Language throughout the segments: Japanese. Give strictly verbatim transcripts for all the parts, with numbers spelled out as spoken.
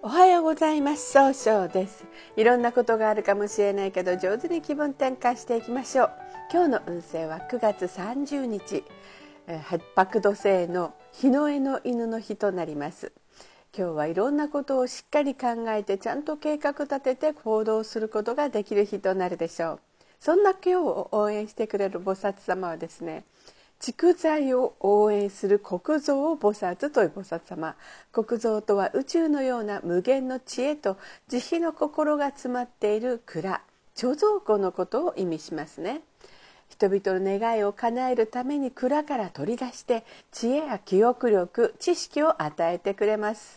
おはようございます。総称です。いろんなことがあるかもしれないけど、上手に気分転換していきましょう。今日の運勢はくがつさんじゅうにち、八白土星の日の絵の犬の日となります。今日はいろんなことをしっかり考えて、ちゃんと計画立てて行動することができる日となるでしょう。そんな今日を応援してくれる菩薩様はですね、蓄財を応援する国蔵菩薩という菩薩様。国蔵とは宇宙のような無限の知恵と慈悲の心が詰まっている蔵、貯蔵庫のことを意味しますね。人々の願いを叶えるために蔵から取り出して知恵や記憶力、知識を与えてくれます。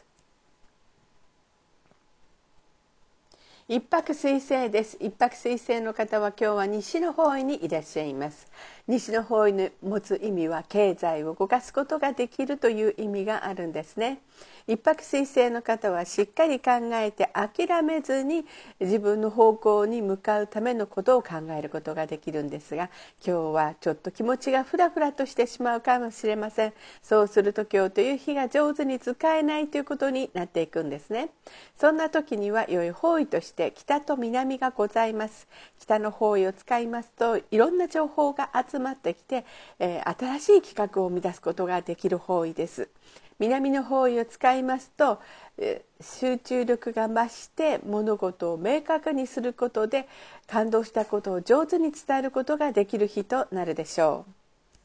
一泊水星です。一泊水星の方は今日は西の方位にいらっしゃいます。西の方位の持つ意味は経済を動かすことができるという意味があるんですね。一泊水星の方はしっかり考えて諦めずに自分の方向に向かうためのことを考えることができるんですが、今日はちょっと気持ちがフラフラとしてしまうかもしれません。そうすると今日という日が上手に使えないということになっていくんですね。そんな時には良い方位として北と南がございます。北の方位を使いますといろんな情報が集まってきて、えー、新しい企画を生み出すことができる方位です。南の方位を使いますと、えー、集中力が増して物事を明確にすることで感動したことを上手に伝えることができる日となるでしょう。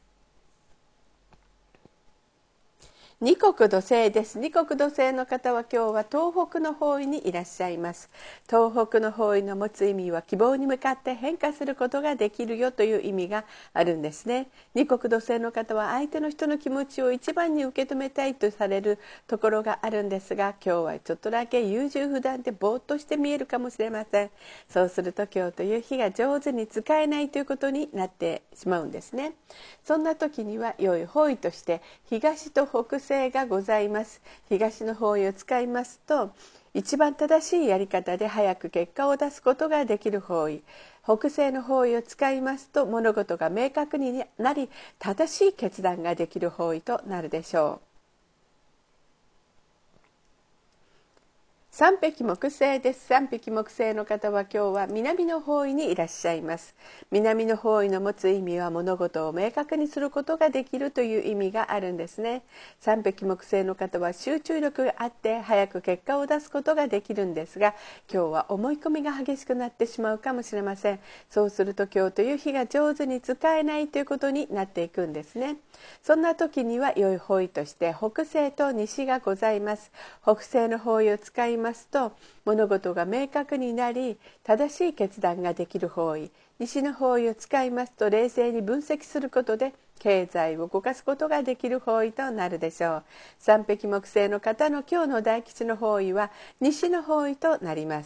二国土星です。二国土星の方は今日は東北の方位にいらっしゃいます。東北の方位の持つ意味は希望に向かって変化することができるよという意味があるんですね。二国土星の方は相手の人の気持ちを一番に受け止めたいとされるところがあるんですが、今日はちょっとだけ優柔不断でぼーっとして見えるかもしれません。そうすると今日という日が上手に使えないということになってしまうんですね。そんな時には良い方位として東と北西がございます。東の方位を使いますと一番正しいやり方で早く結果を出すことができる方位、北西の方位を使いますと物事が明確になり正しい決断ができる方位となるでしょう。三匹木星です。三匹木星の方は今日は南の方位にいらっしゃいます。南の方位の持つ意味は物事を明確にすることができるという意味があるんですね。三匹木星の方は集中力があって早く結果を出すことができるんですが、今日は思い込みが激しくなってしまうかもしれません。そうすると今日という日が上手に使えないということになっていくんですね。そんな時には良い方位として北西と西がございます。北西の方位を使いますと物事が明確になり正しい決断ができる方位、西の方位を使いますと冷静に分析することで経済を動かすことができる方位となるでしょう。三匹木星の方の今日の大吉の方位は西の方位となります。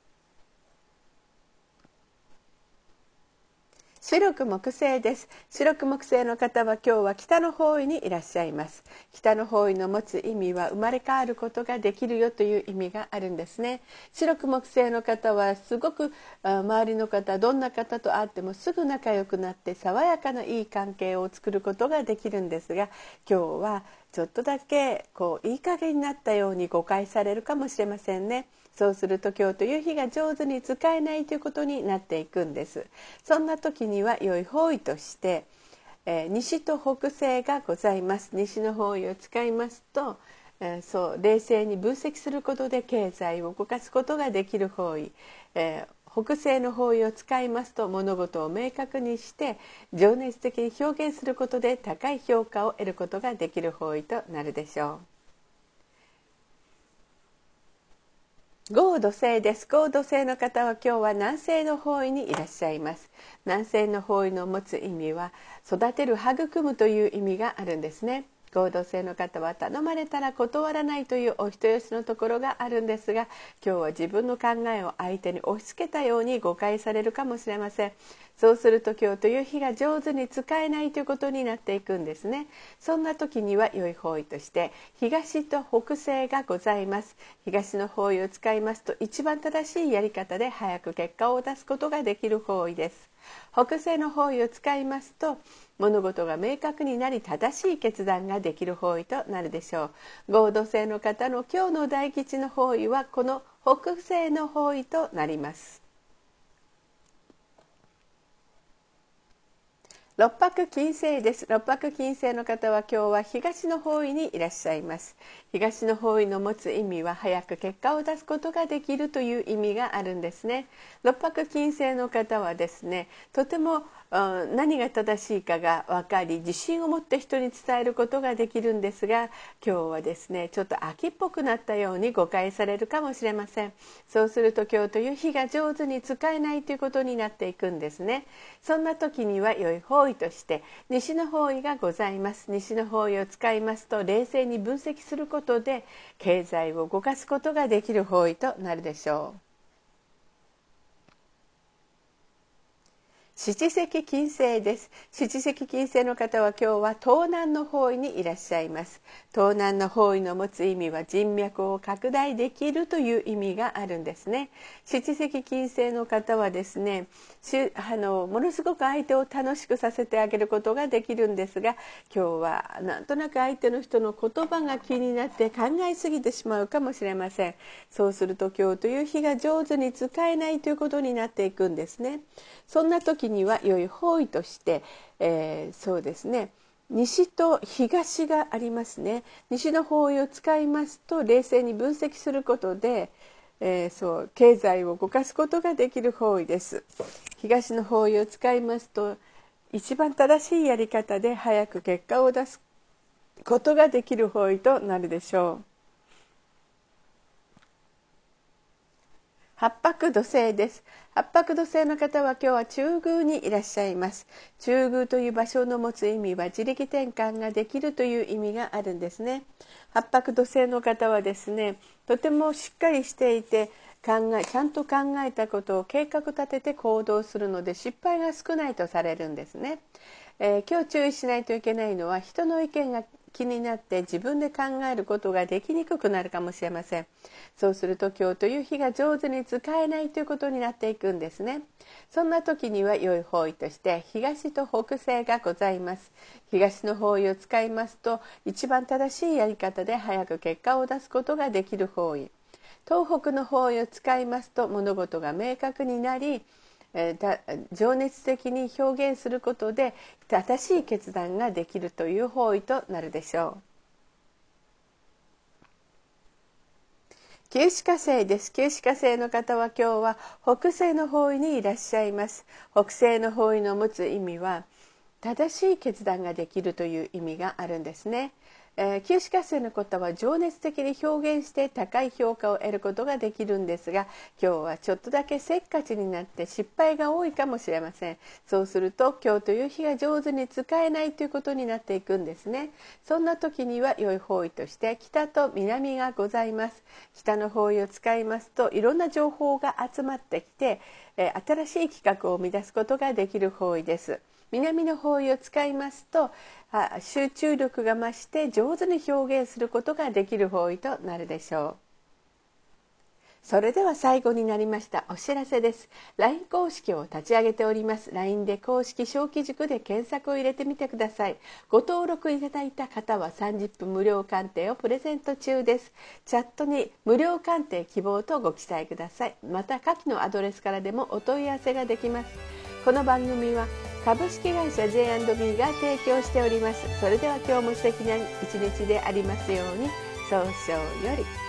白く木星です。白く木星の方は今日は北の方位にいらっしゃいます。北の方位の持つ意味は生まれ変わることができるよという意味があるんですね。白く木星の方はすごく周りの方、どんな方と会ってもすぐ仲良くなって爽やかないい関係を作ることができるんですが、今日はちょっとだけこういい加減になったように誤解されるかもしれませんね。そうすると今日という日が上手に使えないということになっていくんです。そんな時には良い方位として、えー、西と北西がございます。西の方位を使いますと、えー、そう冷静に分析することで経済を動かすことができる方位、えー、北西の方位を使いますと物事を明確にして情熱的に表現することで高い評価を得ることができる方位となるでしょう。合土星です。合土星の方は今日は南西の方位にいらっしゃいます。南西の方位の持つ意味は育てる、育むという意味があるんですね。合同性の方は頼まれたら断らないというお人よしのところがあるんですが、今日は自分の考えを相手に押し付けたように誤解されるかもしれません。そうすると今日という日が上手に使えないということになっていくんですね。そんな時には良い方位として東と北西がございます。東の方位を使いますと一番正しいやり方で早く結果を出すことができる方位です。 北西の方位を使いますと物事が明確になり正しい決断ができる方位となるでしょう。合土星の方の今日の大吉の方位はこの北西の方位となります。六白金星です。六白金星の方は今日は東の方位にいらっしゃいます。東の方位の持つ意味は早く結果を出すことができるという意味があるんですね。六白金星の方はですね、とても何が正しいかが分かり自信を持って人に伝えることができるんですが、今日はですねちょっと秋っぽくなったように誤解されるかもしれません。そうすると今日という日が上手に使えないということになっていくんですね。そんな時には良い方位として西の方位がございます。西の方位を使いますと冷静に分析することで経済を動かすことができる方位となるでしょう。七石金星です。七石金星の方は今日は東南の方位にいらっしゃいます。東南の方位の持つ意味は人脈を拡大できるという意味があるんですね。七石金星の方はですね、しあのものすごく相手を楽しくさせてあげることができるんですが、今日はなんとなく相手の人の言葉が気になって考えすぎてしまうかもしれません。そうすると今日という日が上手に使えないということになっていくんですね。そんな時には良い方位として、えー、そうですね西と東がありますね。西の方位を使いますと冷静に分析することで、えー、そう経済を動かすことができる方位です。東の方位を使いますと一番正しいやり方で早く結果を出すことができる方位となるでしょう。八白土星です。八白土星の方は今日は中宮にいらっしゃいます。中宮という場所の持つ意味は自力転換ができるという意味があるんですね。八白土星の方はですね、とてもしっかりしていて考えちゃんと考えたことを計画立てて行動するので失敗が少ないとされるんですね。えー、今日注意しないといけないのは人の意見が気になって自分で考えることができにくくなるかもしれません。そうすると今日という日が上手に使えないということになっていくんですね。そんな時には良い方位として東と北西がございます。東の方位を使いますと一番正しいやり方で早く結果を出すことができる方位。東北の方位を使いますと物事が明確になり情熱的に表現することで正しい決断ができるという方位となるでしょう。九死火星です。九死火星の方は今日は北西の方位にいらっしゃいます。北西の方位の持つ意味は正しい決断ができるという意味があるんですね。えー、九死火星の方は情熱的に表現して高い評価を得ることができるんですが、今日はちょっとだけせっかちになって失敗が多いかもしれません。そうすると今日という日が上手に使えないということになっていくんですね。そんな時には良い方位として北と南がございます。北の方位を使いますといろんな情報が集まってきて、えー、新しい企画を生み出すことができる方位です。南の方位を使いますと集中力が増して上手に表現することができる方位となるでしょう。それでは最後になりましたお知らせです。 ライン 公式を立ち上げております。 ライン で公式小規塾で検索を入れてみてください。ご登録いただいた方はさんじゅっぷん無料鑑定をプレゼント中です。チャットに無料鑑定希望とご記載ください。また下記のアドレスからでもお問い合わせができます。この番組は株式会社 ジェイアンドビー が提供しております。それでは今日も素敵な一日でありますように。早々より。